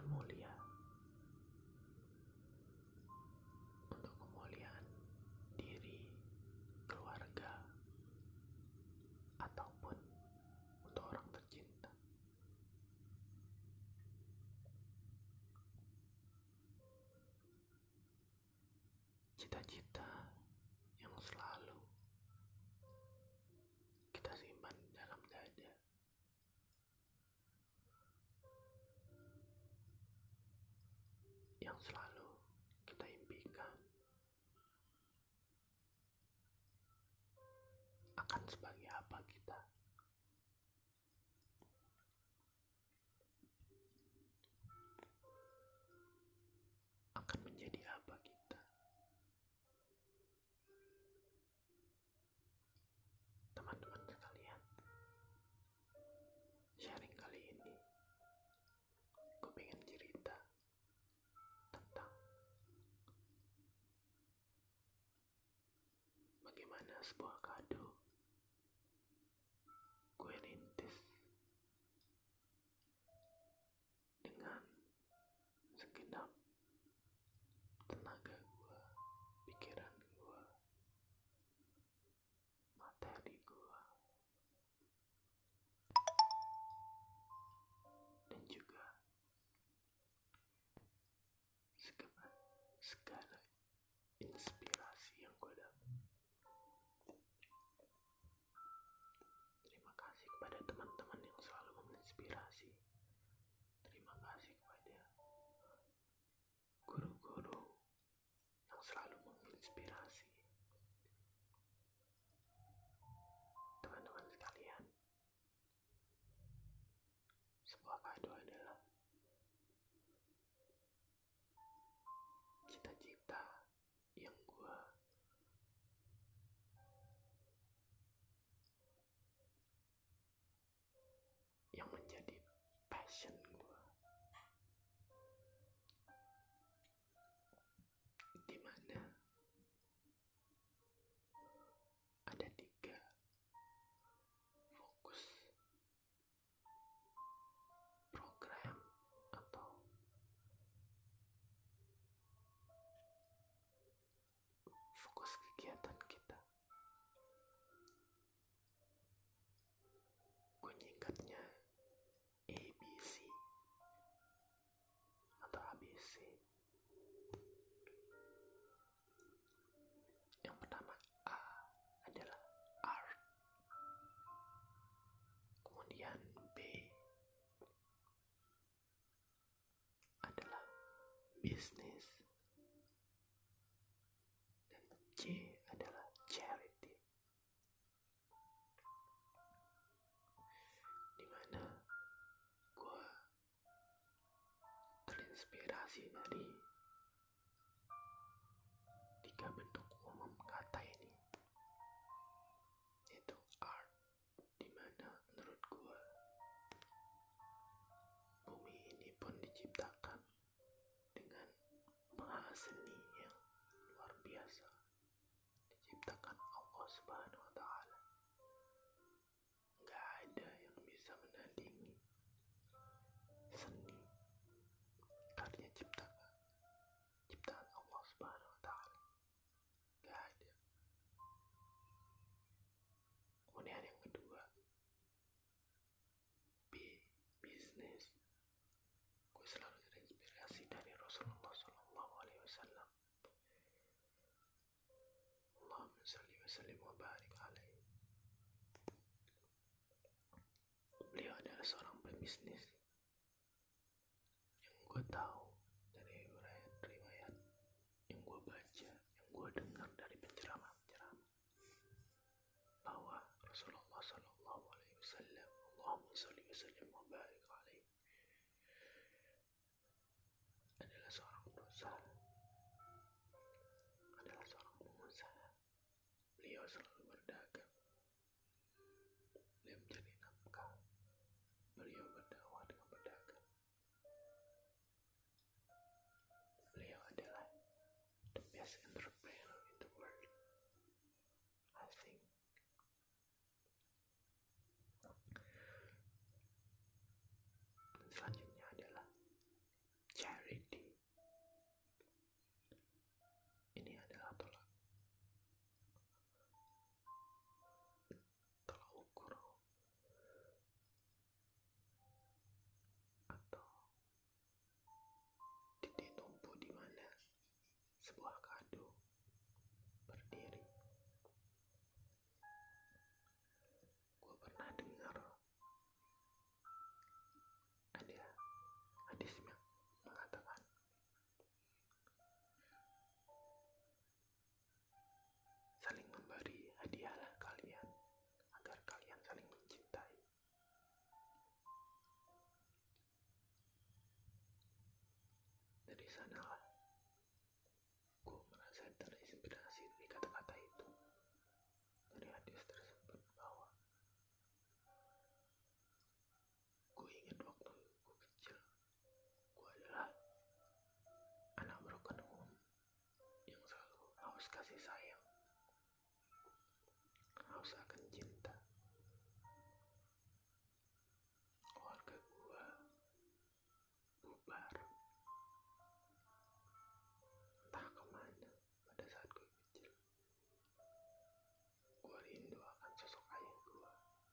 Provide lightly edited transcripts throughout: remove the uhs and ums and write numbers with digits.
mulia untuk kemuliaan diri, keluarga, ataupun untuk orang tercinta. Cita-cita yang selalu kita simpan dalam dada, yang selalu kita impikan akan sebagai apa kita, akan menjadi apa kita. Teman-teman sekalian, sharing kali ini gue pengen cerita tentang bagaimana sebuah kado gue rintis dengan segenap tenaga gue, pikiran gue, materi gue, dan juga segala inspirasi yang gue dapat. Terima kasih kepada teman-teman yang selalu menginspirasi. Terima kasih kepada guru-guru yang selalu menginspirasi. Teman-teman sekalian, sebuah kado adalah cita-cita yang menjadi passion gue, dimana ada 3 fokus program atau fokus kegiatan kita. Gue nyingkatnya ABC atau ABC. Yang pertama A adalah art, kemudian B adalah business, dan C adalah charity. Dimana gue terinspirasi dari 3 bentuk umum kata ini, yaitu art, dimana menurut gue bumi ini pun diciptakan dengan maha seni yang luar biasa, diciptakan Allah Subhanahu wa Ta'ala. Gak ada yang bisa menandingi seni karya ciptaan Allah Subhanahu wa Ta'ala. Gak ada. Kemudian yang kedua, B, business. Gue selalu terinspirasi dari Rasulullah SAW. Allahumma salli wa sallim wa barik alaihi. Beliau adalah seorang pembisnis yang gue tahu dari riwayat yang gue baca, yang gue dengar dari penceramah-penceramah, bahwa Rasulullah SAW, Allahumma salli wa sallim wa barik alaihi, adalah seorang perusahaan, adalah seorang pengusaha. Beliau selalu berdagang, beliau mencari nafkah, beliau berdakwah dengan berdagang. Beliau adalah the best entrepreneur in the world, I think. Dan selanjutnya adalah dari sanalah gue merasa terinspirasi dari kata-kata itu, dari hadis tersebut, bahwa gue ingat waktu gue kecil, gue adalah anak broken home yang selalu haus kasih sayang, haus akan cinta. Keluarga gue bubar entah kemana pada saat gue kecil. Gue rindu akan sosok ayah gue.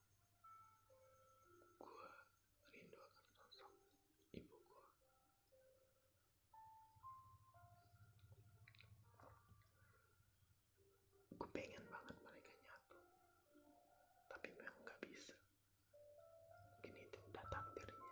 Gue rindu akan sosok ibu gue. Gue pengen banget mereka nyatu, tapi memang gak bisa. Mungkin itu udah takdirnya.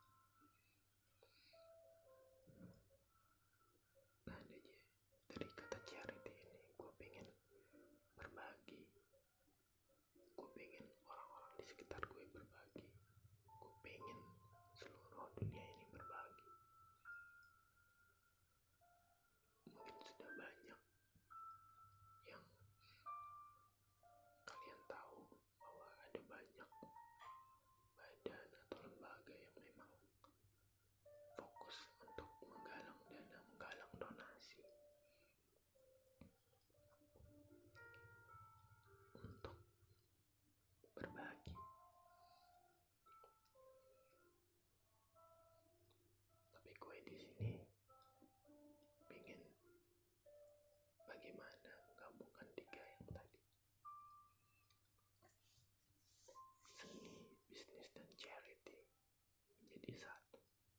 Nah, dari kata charity ini, gue pengen berbagi. Gue pengen orang-orang di sekitar gue berbagi. Gue pengen seluruh dunia ini berbagi. Mungkin sudah banyak yang kalian tahu bahwa ada banyak badan atau lembaga yang memang fokus untuk menggalang dana, menggalang donasi untuk berbagi. Tapi gue di sini pengen bagaimana menggabungkan tiga yang tadi: seni, bisnis, dan charity menjadi satu.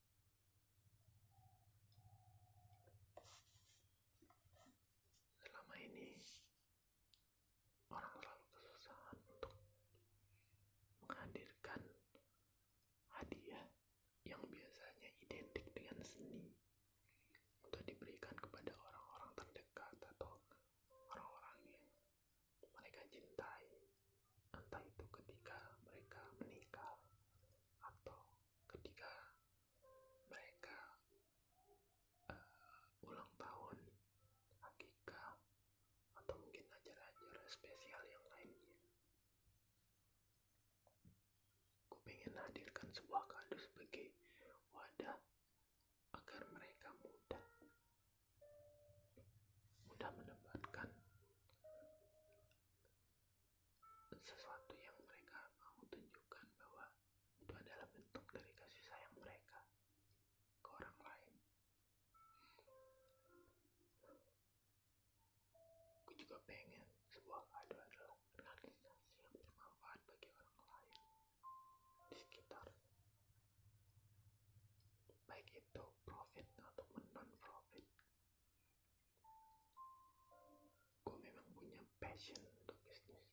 Selama ini orang selalu kesusahan untuk menghadirkan hadiah yang biasanya identik dengan seni untuk diberikan kepada orang-orang terdekat atau orang-orang yang mereka cintai, entah itu ketika mereka menikah atau ketika mereka ulang tahun, akikah, atau mungkin acara-acara spesial yang lainnya. Gue pengen hadirkan sebuah kado sebagai wadah agar mereka mudah mendapatkan sesuatu yang mereka mau tunjukkan bahwa itu adalah bentuk dari kasih sayang mereka ke orang lain. Gue juga pengen sebuah kado adalah organisasi yang bermanfaat bagi orang lain di sekitar, baik itu profit ataupun non-profit. Gue memang punya passion untuk bisnis,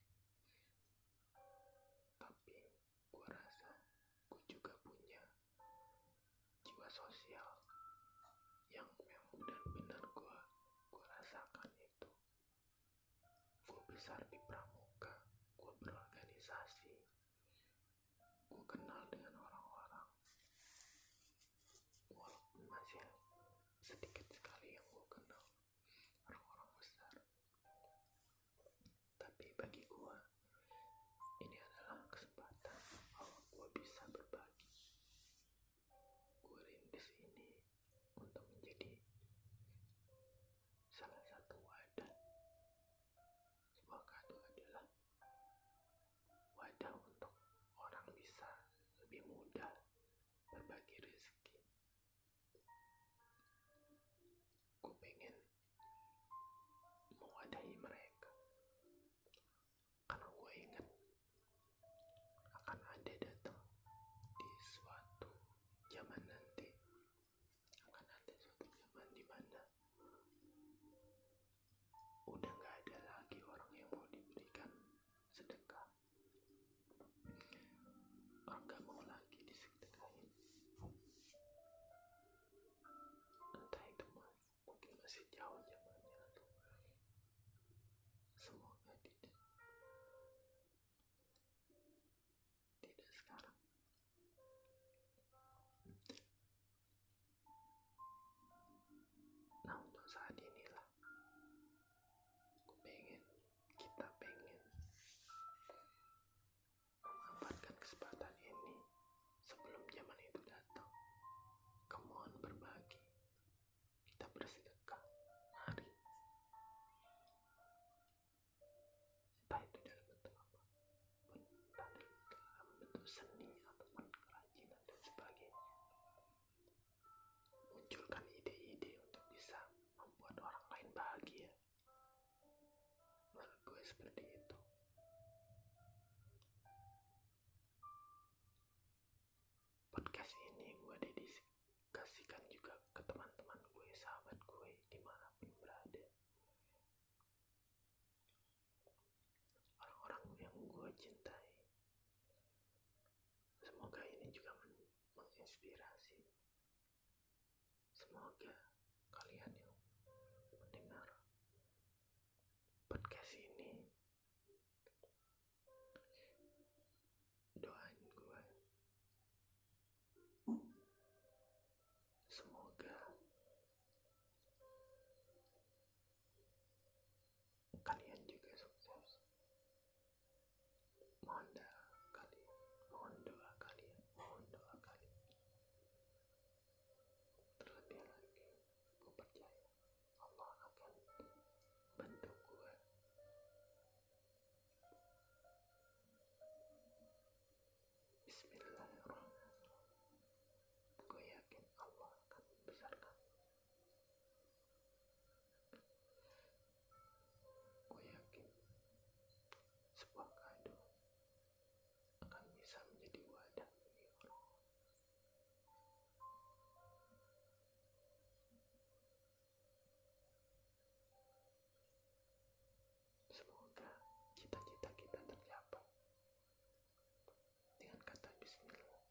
tapi gue rasa gue juga punya jiwa sosial yang memang benar-benar gue rasakan itu. Gue besar di pramuka, gue berorganisasi, gue kenal dengan orang-orang, walaupun masih sedikit sekali yang gue kenal orang-orang besar. Tapi bagi gue ini adalah kesempatan bahwa gue bisa berbagi. Gue rintis ini untuk menjadi salah satu wadah. Sebuah kado adalah wadah untuk orang bisa lebih mudah berbagi rezeki. Gue pengen mewadahi mereka, karena gue ingat akan ada datang di suatu zaman nanti, akan ada suatu zaman di mana udah gak ada lagi orang yang mau diberikan sedekah. menginspirasi. Semoga kalian yang mendengar podcast ini, doain gue, semoga kalian juga sukses. Mohon doa kalian, mohon doa kalian, mohon doa kalian. Terlebih lagi, gue percaya Allah akan bantu gue. Bismillahirrahmanirrahim. Gue yakin Allah akan membesarkan. Gue yakin sebuah kado akan bisa menjadi wadah bagi orang. Semoga cita-cita kita tercapai dengan kata bismillah.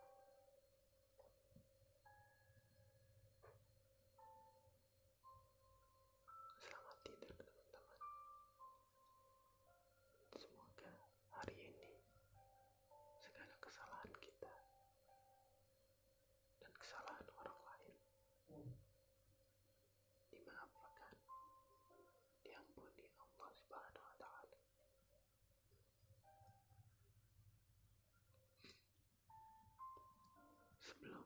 Selamat tidur teman-teman. Semoga hari ini segala kesalahan kita dan kesalahan orang lain dimaafkan, diampuni Allah Subhanahu wa Ta'ala. Sebelum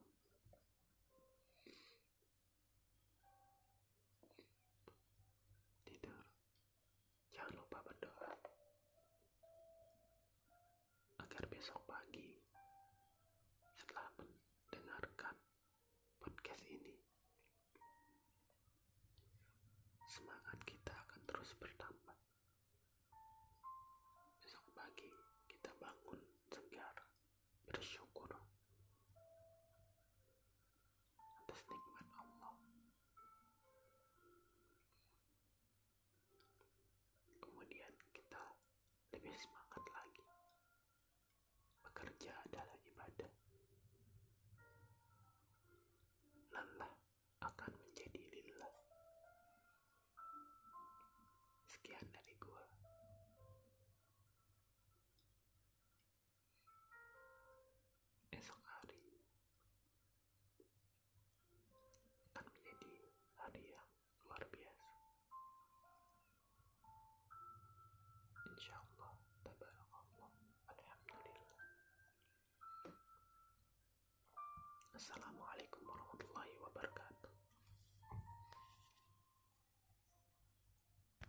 tidur, jangan lupa berdoa agar besok pagi setelah mendengarkan podcast ini, semangat kita akan terus bertambah. Besok pagi kita bangun segar, bersyukur atas nikmat Allah. Kemudian kita lebih semangat lagi. Bekerja adalah ibadah. Lelah akan menjadi lillah. Sekian dari gua. Esok hari akan menjadi hari yang luar biasa. Insyaallah, tabarakallah, alhamdulillah. Assalamualaikum